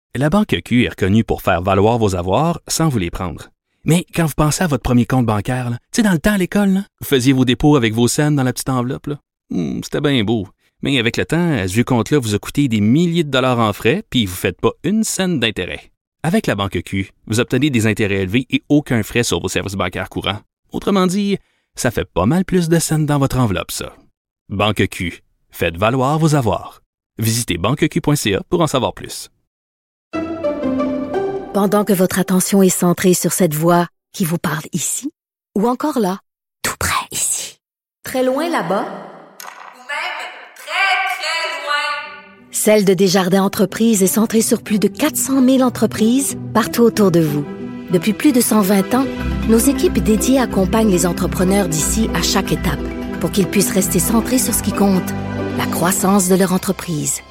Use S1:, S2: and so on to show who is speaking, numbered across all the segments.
S1: La Banque Q est reconnue pour faire valoir vos avoirs sans vous les prendre. Mais quand vous pensez à votre premier compte bancaire, tu sais, dans le temps à l'école, là, vous faisiez vos dépôts avec vos scènes dans la petite enveloppe. Là. C'était bien beau. Mais avec le temps, ce vieux compte-là vous a coûté des milliers de dollars en frais, puis vous ne faites pas une scène d'intérêt. Avec la Banque Q, vous obtenez des intérêts élevés et aucun frais sur vos services bancaires courants. Autrement dit, ça fait pas mal plus de scènes dans votre enveloppe, ça. Banque Q. Faites valoir vos avoirs. Visitez banqueq.ca pour en savoir plus.
S2: Pendant que votre attention est centrée sur cette voix qui vous parle ici, ou encore là, tout près ici, très loin là-bas,
S3: ou même très, très loin,
S2: Celle de Desjardins Entreprises est centrée sur plus de 400 000 entreprises partout autour de vous. Depuis plus de 120 ans, nos équipes dédiées accompagnent les entrepreneurs d'ici à chaque étape pour qu'ils puissent rester centrés sur ce qui compte, la croissance de leur entreprise.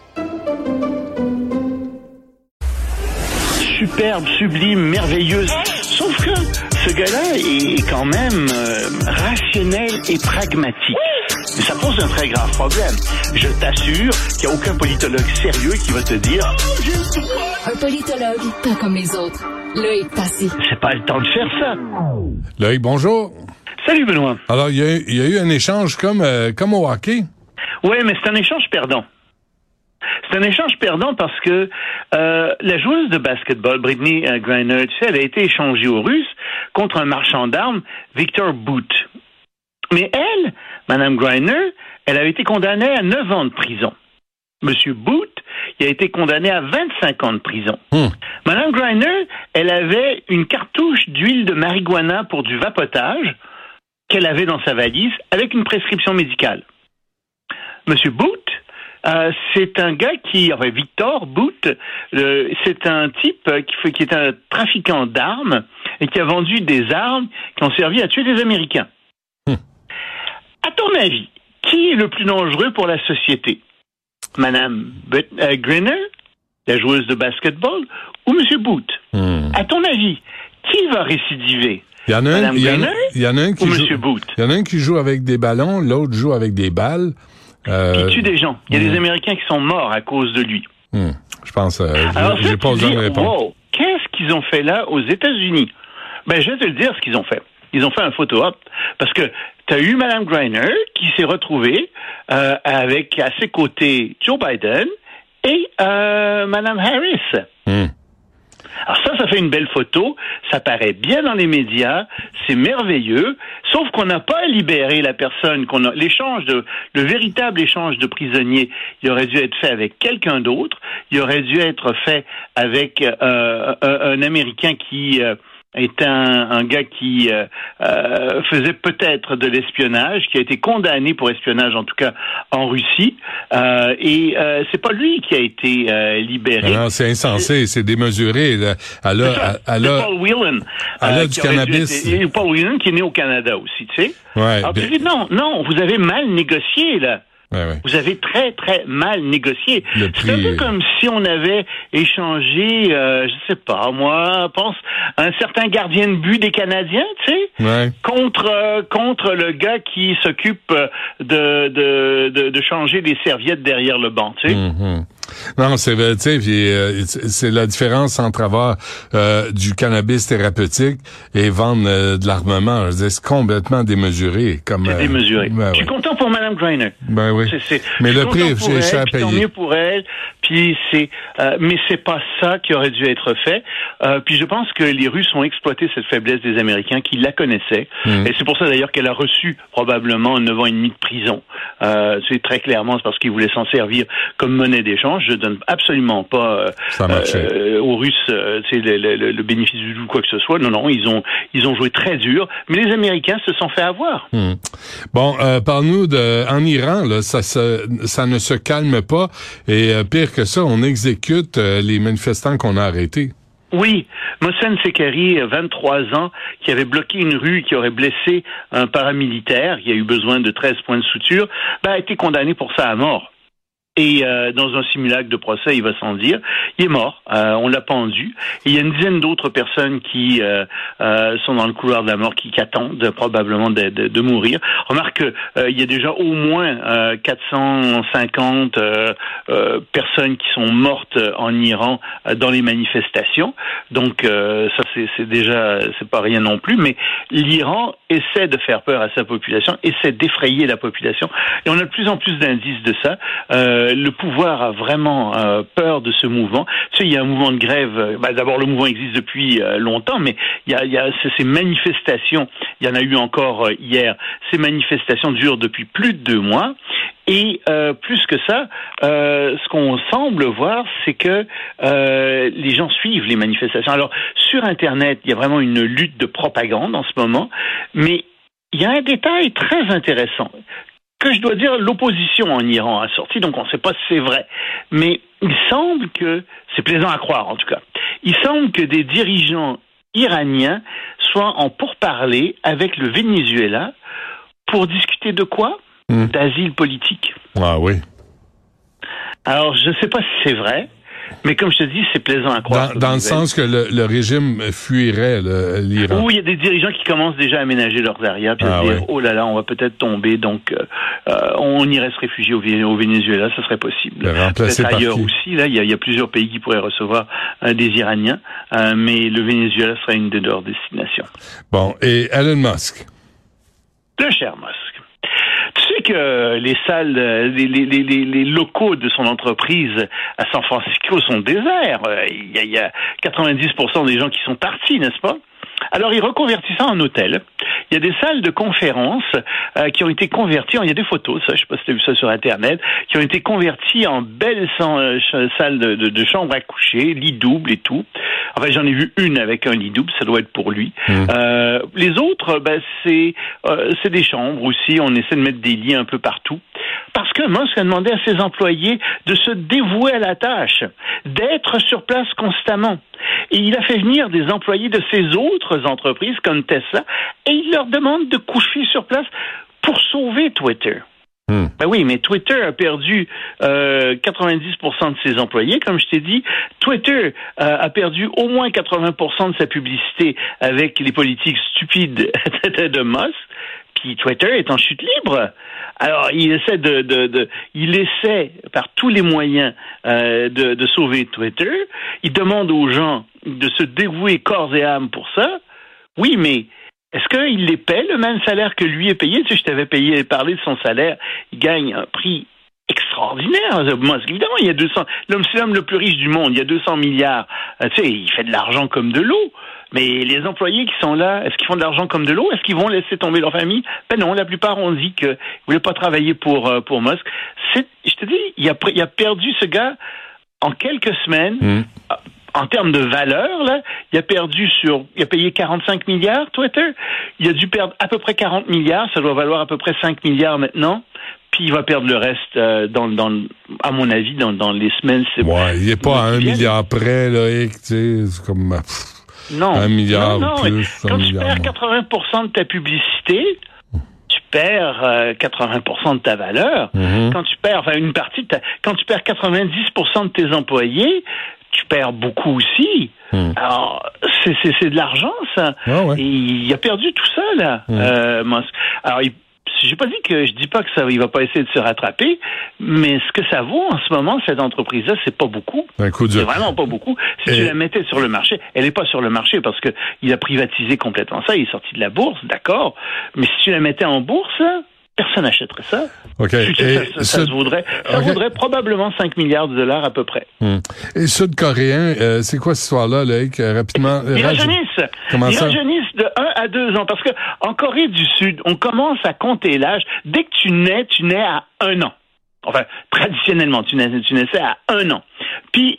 S4: Superbe, sublime, merveilleuse. Sauf que ce gars-là est quand même rationnel et pragmatique. Mais ça pose un très grave problème. Je t'assure qu'il n'y a aucun politologue sérieux qui va te dire «
S5: Un politologue, pas comme les autres. Loïc Passy.
S4: C'est pas le temps de faire ça. »
S6: Loïc, bonjour.
S4: Salut Benoît.
S6: Alors, il y a eu un échange comme au hockey.
S4: Oui, mais c'est un échange perdant. C'est un échange perdant parce que la joueuse de basketball, Brittney Griner, tu sais, elle a été échangée aux Russes contre un marchand d'armes, Victor Bout. Mais elle, Mme Griner, elle avait été condamnée à 9 ans de prison. Monsieur Bout, il a été condamné à 25 ans de prison. Mme Griner, elle avait une cartouche d'huile de marijuana pour du vapotage qu'elle avait dans sa valise avec une prescription médicale. Monsieur Bout, c'est un gars Victor Bout, c'est un type qui est un trafiquant d'armes et qui a vendu des armes qui ont servi à tuer des Américains. À ton avis, qui est le plus dangereux pour la société? Madame Griner, la joueuse de basketball, ou Monsieur Bout? À ton avis, qui va récidiver?
S6: Il y en a un qui
S4: ou
S6: joue,
S4: Monsieur Bout?
S6: Il y en a un qui joue avec des ballons, l'autre joue avec des balles.
S4: Qui tue des gens. Il y a des Américains qui sont morts à cause de lui.
S6: Je pense,
S4: Alors,
S6: j'ai pas besoin de répondre.
S4: Wow, qu'est-ce qu'ils ont fait là aux États-Unis? Ben, je vais te le dire ce qu'ils ont fait. Ils ont fait un photo-op. Parce que tu as eu Mme Griner qui s'est retrouvée avec à ses côtés Joe Biden et Mme Harris. Alors ça fait une belle photo, ça paraît bien dans les médias, c'est merveilleux, sauf qu'on n'a pas libéré la personne, le véritable échange de prisonniers, il aurait dû être fait avec quelqu'un d'autre, il aurait dû être fait avec un Américain qui est un gars qui faisait peut-être de l'espionnage, qui a été condamné pour espionnage, en tout cas en Russie, et c'est pas lui qui a été libéré.
S6: Non, c'est insensé, c'est démesuré. Elle a
S4: Paul Whelan,
S6: du cannabis.
S4: Paul Whelan qui est né au Canada aussi, tu sais.
S6: Ouais,
S4: alors tu dis non, vous avez mal négocié là.
S6: Ouais.
S4: Vous avez très, très mal négocié. C'est un peu comme si on avait échangé, je sais pas, moi, pense, un certain gardien de but des Canadiens, tu sais, contre le gars qui s'occupe de changer les serviettes derrière le banc, tu sais.
S6: Non, c'est vrai, tu sais, c'est la différence entre avoir du cannabis thérapeutique et vendre de l'armement. Je veux dire, c'est complètement démesuré. C'est
S4: démesuré. Je suis content pour Mme Griner.
S6: Ben oui. Mais le prix, j'ai cher à payer.
S4: Tant mieux pour elle. Puis mais c'est pas ça qui aurait dû être fait. Puis je pense que les Russes ont exploité cette faiblesse des Américains qui la connaissaient. Et c'est pour ça d'ailleurs qu'elle a reçu probablement 9 ans et demi de prison. C'est très clairement, c'est parce qu'ils voulaient s'en servir comme monnaie d'échange. Je donne absolument pas aux Russes le bénéfice du doute, quoi que ce soit. Non, ils ont joué très dur, mais les Américains se sont fait avoir.
S6: Bon, parle-nous en Iran, là, ça ne se calme pas et pire que ça, on exécute les manifestants qu'on a arrêtés.
S4: Oui, Mohsen Sekari, 23 ans, qui avait bloqué une rue, qui aurait blessé un paramilitaire, qui a eu besoin de 13 points de suture, a été condamné pour ça à mort. Et dans un simulacre de procès, il va sans dire, il est mort. On l'a pendu. Et il y a une dizaine d'autres personnes qui sont dans le couloir de la mort, qui attendent probablement de mourir. Remarque il y a déjà au moins 450 personnes qui sont mortes en Iran dans les manifestations. Donc ça c'est déjà c'est pas rien non plus. Mais l'Iran essaie de faire peur à sa population, essaie d'effrayer la population. Et on a de plus en plus d'indices de ça. Le pouvoir a vraiment peur de ce mouvement. Tu sais, il y a un mouvement de grève. D'abord, le mouvement existe depuis longtemps, mais il y a ces manifestations. Il y en a eu encore hier. Ces manifestations durent depuis plus de 2 mois. Et plus que ça, ce qu'on semble voir, c'est que les gens suivent les manifestations. Alors, sur Internet, il y a vraiment une lutte de propagande en ce moment, mais il y a un détail très intéressant que je dois dire, l'opposition en Iran a sorti, donc on ne sait pas si c'est vrai. Mais il semble que, c'est plaisant à croire en tout cas, il semble que des dirigeants iraniens soient en pourparlers avec le Venezuela pour discuter de quoi ? D'asile politique.
S6: Ah oui.
S4: Alors, je ne sais pas si c'est vrai, mais comme je te dis, c'est plaisant à croire.
S6: Dans le sens que le régime fuirait l'Iran.
S4: Oui, il y a des dirigeants qui commencent déjà à aménager leurs arrières, puis à se dire, oh là là, on va peut-être tomber, donc on irait se réfugier au Venezuela, ça serait possible. Peut-être ailleurs aussi, là, il y a plusieurs pays qui pourraient recevoir des Iraniens, mais le Venezuela serait une de leurs destinations.
S6: Bon, et Elon Musk?
S4: Le cher Musk. Tu sais que les salles, les locaux de son entreprise à San Francisco sont déserts. Il y a 90% des gens qui sont partis, n'est-ce pas? Alors, il reconvertit ça en hôtel. Il y a des salles de conférence qui ont été converties, il y a des photos, ça, je sais pas si tu as vu ça sur Internet, qui ont été converties en belles salles de chambres à coucher, lit double et tout. Enfin, j'en ai vu une avec un lit double, ça doit être pour lui. Les autres, c'est des chambres aussi, on essaie de mettre des lits un peu partout. Parce que Musk a demandé à ses employés de se dévouer à la tâche, d'être sur place constamment. Et il a fait venir des employés de ses autres entreprises comme Tesla et il leur demande de coucher sur place pour sauver Twitter. Ben oui, mais Twitter a perdu 90% de ses employés, comme je t'ai dit. Twitter a perdu au moins 80% de sa publicité avec les politiques stupides de Musk. Puis Twitter est en chute libre. Alors, il essaie par tous les moyens de sauver Twitter. Il demande aux gens de se dévouer corps et âme pour ça. Oui, mais est-ce qu'il les paie le même salaire que lui est payé? Tu sais, je t'avais parlé de son salaire. Il gagne un prix extraordinaire. Musk, évidemment, c'est l'homme le plus riche du monde. Il y a 200 milliards. Tu sais, il fait de l'argent comme de l'eau. Mais les employés qui sont là, est-ce qu'ils font de l'argent comme de l'eau? Est-ce qu'ils vont laisser tomber leur famille? Ben non, la plupart ont dit qu'ils ne voulaient pas travailler pour Musk. Je te dis, il a perdu ce gars en quelques semaines. En termes de valeur, là, il a payé 45 milliards, Twitter. Il a dû perdre à peu près 40 milliards. Ça doit valoir à peu près 5 milliards maintenant. Puis il va perdre le reste, à mon avis, dans les semaines.
S6: Il n'est pas à 1 milliard près, là, tu sais, c'est comme...
S4: Non.
S6: 1 milliard plus.
S4: Quand tu perds 80% de ta publicité, tu perds 80% de ta valeur. Quand tu perds, une partie quand tu perds 90% de tes employés, tu perds beaucoup aussi. Alors, c'est de l'argent, ça. Et il a perdu tout ça, là, Musk. Alors, je dis pas que il va pas essayer de se rattraper, mais ce que ça vaut en ce moment, cette entreprise-là, c'est pas beaucoup. C'est vraiment pas beaucoup. Si tu la mettais sur le marché, elle est pas sur le marché parce que il a privatisé complètement ça, il est sorti de la bourse, d'accord. Mais si tu la mettais en bourse, personne n'achèterait ça. Ça vaudrait probablement 5 milliards de dollars à peu près.
S6: Et Sud-Coréen, c'est quoi cette histoire-là, Loïc, rapidement?
S4: Ils rajeunissent.
S6: Comment ça?
S4: Ils rajeunissent de 1 à 2 ans. Parce que en Corée du Sud, on commence à compter l'âge. Dès que tu nais à 1 an. Enfin, traditionnellement, tu naissais à 1 an. Puis,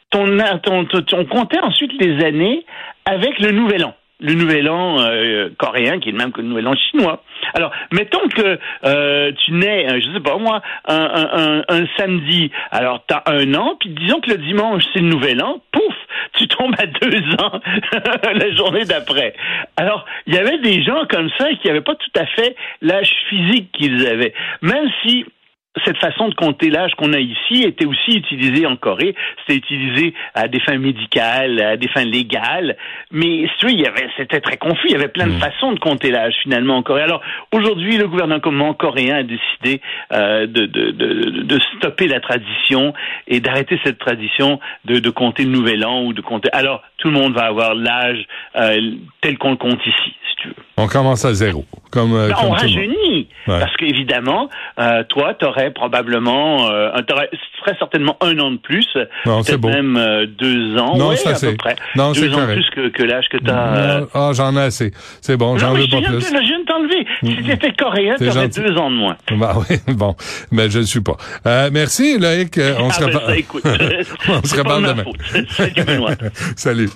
S4: on comptait ensuite les années avec le nouvel an. Le nouvel an coréen, qui est le même que le nouvel an chinois. Alors, mettons que tu nais, je sais pas moi, un samedi, alors t'as 1 an, puis disons que le dimanche c'est le nouvel an, pouf, tu tombes à 2 ans la journée d'après. Alors, il y avait des gens comme ça qui n'avaient pas tout à fait l'âge physique qu'ils avaient, même si cette façon de compter l'âge qu'on a ici était aussi utilisée en Corée. C'était utilisé à des fins médicales, à des fins légales. Mais c'était très confus. Il y avait plein de façons de compter l'âge finalement en Corée. Alors aujourd'hui, le gouvernement coréen a décidé de stopper la tradition et d'arrêter cette tradition de compter le nouvel an ou de compter. Alors tout le monde va avoir l'âge tel qu'on le compte ici, si tu veux.
S6: On commence à zéro. Comme
S4: on rajeunit. Ouais. Parce qu'évidemment, toi, t'aurais probablement, tu ferais certainement 1 an de plus.
S6: Non, c'est beau.
S4: Même 2 ans.
S6: Non,
S4: ouais,
S6: ça
S4: à
S6: c'est.
S4: peu près.
S6: Non,
S4: 2
S6: c'est
S4: ans
S6: correct.
S4: Plus que l'âge que t'as.
S6: J'en ai assez. C'est bon, j'en veux pas plus.
S4: Je viens de t'enlever. Si t'étais coréen, t'aurais 2 ans de moins.
S6: Bah oui, bon. Mais je ne suis pas. Merci, Loïc. On se reparle.
S4: Écoute,
S6: on se reparle demain.
S4: Salut, Benoît.
S6: Salut.